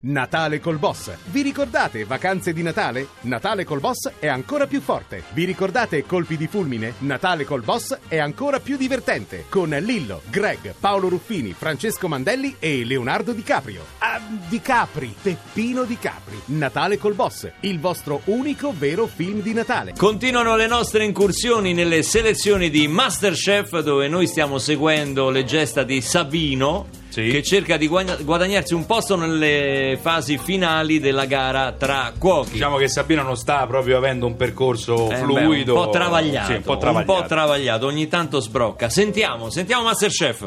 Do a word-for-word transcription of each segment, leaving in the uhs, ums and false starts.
Natale col Boss. Vi ricordate vacanze di Natale? Natale col Boss è ancora più forte. Vi ricordate colpi di fulmine? Natale col Boss è ancora più divertente. Con Lillo, Greg, Paolo Ruffini, Francesco Mandelli e Leonardo Di Caprio. Ah, Di Capri, Peppino Di Capri. Natale col Boss, il vostro unico vero film di Natale. Continuano le nostre incursioni nelle selezioni di MasterChef, dove noi stiamo seguendo le gesta di Sabino, sì, che cerca di guadagnarsi un posto nelle fasi finali della gara tra cuochi. Diciamo che Sabino non sta proprio avendo un percorso eh fluido, beh, un po' travagliato, sì, un po' travagliato. un po' travagliato, ogni tanto sbrocca. Sentiamo, sentiamo MasterChef.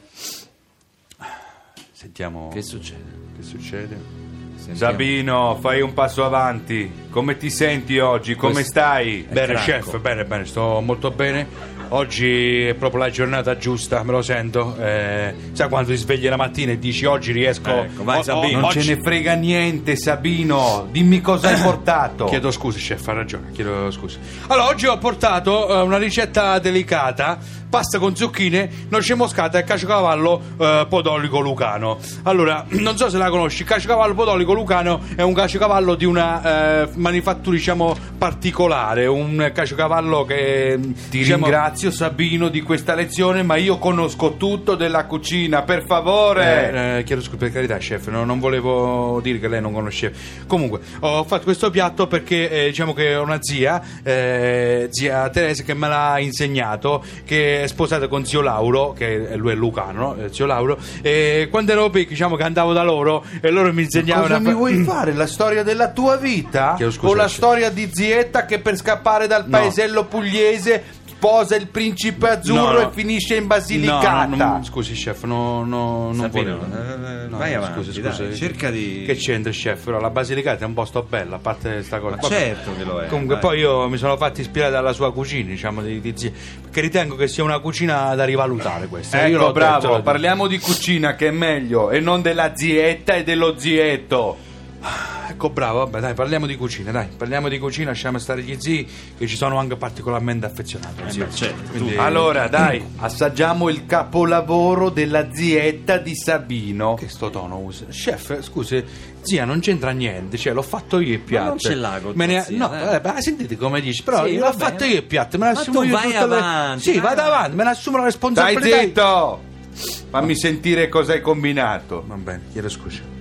Sentiamo che succede. Che succede? Sentiamo. Sabino, fai un passo avanti. Come ti senti oggi? Come Questo stai? Bene, cranco. Chef, bene, bene, sto molto bene. Oggi è proprio la giornata giusta, me lo sento. Eh, sai quando ti svegli la mattina e dici oggi riesco. Ecco, vai, oh, Sabino. Oh, non oggi... ce ne frega niente, Sabino. Dimmi cosa hai portato. Chiedo scusi, chef, ha ragione. Chiedo scusi. Allora, oggi ho portato uh, una ricetta delicata: pasta con zucchine, noce moscata e caciocavallo uh, podolico lucano. Allora, non so se la conosci. Il caciocavallo podolico lucano è un caciocavallo di una uh, manifattura, diciamo, particolare. Un caciocavallo che ti diciamo, ringrazio, Sabino, di questa lezione, ma io conosco tutto della cucina, per favore. Eh, eh, chiedo scusa, per carità, chef, no, non volevo dire che lei non conosceva. Comunque, ho fatto questo piatto perché eh, diciamo che ho una zia, eh, zia Teresa, che me l'ha insegnato, che è sposata con zio Lauro, che lui è lucano, no? Zio Lauro, e quando ero piccolo, diciamo che andavo da loro e loro mi insegnavano. Cosa mi vuoi fare? La storia della tua vita? Chiedo scusa, o la chef. storia di zietta che per scappare dal No. paesello pugliese sposa il principe azzurro No, no. e finisce in Basilicata? No, no, non- scusi, chef, no, no, non Sabino, volevo. eh, No, vai no, avanti, scusi, dai, scusi. cerca di... Che c'entra, chef? Però la Basilicata è un posto bello, a parte questa cosa. Ma Vabbè. certo che lo è. Comunque, dai. poi io mi sono fatto ispirare dalla sua cucina, diciamo, di, di zia, perché ritengo che sia una cucina da rivalutare questa. Io Ecco, l'ho bravo, detto- parliamo di cucina che è meglio e non della zietta e dello zietto. Ecco, bravo, vabbè, dai, parliamo di cucina, dai, parliamo di cucina, lasciamo stare gli zii, che ci sono anche particolarmente affezionati. Eh, beh, certo, Quindi- tu- Allora, dai, assaggiamo il capolavoro della zietta di Sabino. Che sto tono usa? Chef, scusi, zia, non c'entra niente, cioè l'ho fatto io il piatto. non ce l'ha con Me ne- tua zia, No, dai. vabbè, ma sentite come dici, però Sì, l'ho va fatto bene. io il piatto, me ne Ma assumo tu io vai tutte le- avanti, Sì, vai vado avanti. avanti, me ne assumo la Dai responsabilità. zitto! Fammi sentire cosa hai combinato. Va bene, chiedo scusa.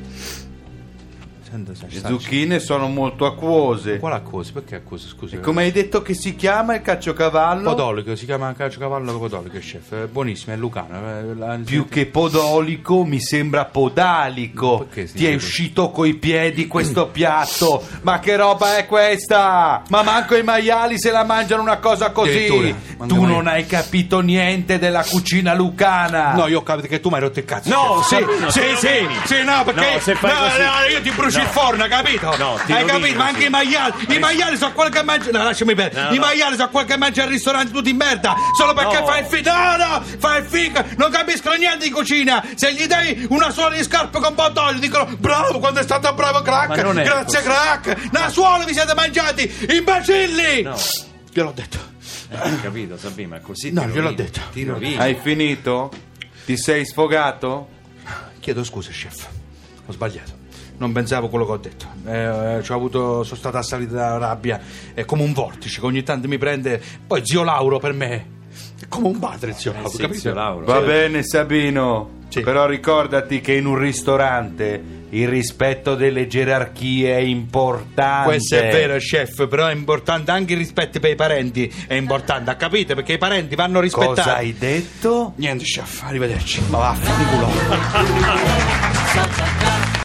Senta, sa- Le sa- zucchine sono molto acquose. Quale accusa? Perché accusa? Scusi. E come hai detto che si chiama il caciocavallo? Podolico, si chiama caciocavallo podolico, chef. È buonissimo, è lucano. eh, la- Più che podolico mi sembra podalico. Perché si Ti è dice uscito coi piedi questo piatto. Ma che roba è questa? Ma manco i maiali se la mangiano una cosa così. Addirittura, manco Tu i non maiali. hai capito niente della cucina lucana. No, io ho capito che tu mi hai rotto il cazzo. No, chef. Sabino, sì, te lo sì, vieni. sì, sì, no, perché No, se fai no, così. no, io ti bruci No. il forno, hai capito? No, ti hai rovini capito? Ma così. anche i maiali, i maiali sono quelli che mangiano. No, lasciami perdere. No, I no. maiali sono quelli che mangiano al ristorante tutti in merda. Solo perché No. fai il figo. No, no, fai il figo. Non capiscono niente di cucina. Se gli dai una suola di scarpe con pantaloni, dicono bravo, quando è stato bravo crack. Ma non è Grazie così. crack. Una suola vi siete mangiati, imbecilli. No. Gliel'ho detto. Eh, ho capito, Sabino, ma così No, ti gliel'ho rovini, detto. Ti rovini. Hai finito? Ti sei sfogato? Chiedo scusa, chef. Ho sbagliato. Non pensavo quello che ho detto. Eh, eh, ci ho avuto, sono stato assalito da rabbia. È come un vortice che ogni tanto mi prende. Poi zio Lauro per me è come un padre, zio Lauro. sì, capito? zio Lauro. Va Sì. bene Sabino, Sì. però ricordati che in un ristorante il rispetto delle gerarchie è importante. Questo è vero, chef, però è importante anche il rispetto per i parenti. È importante, ha capito? Perché i parenti vanno rispettati. Cosa hai detto? Niente, chef, arrivederci. Ma vaffanculo.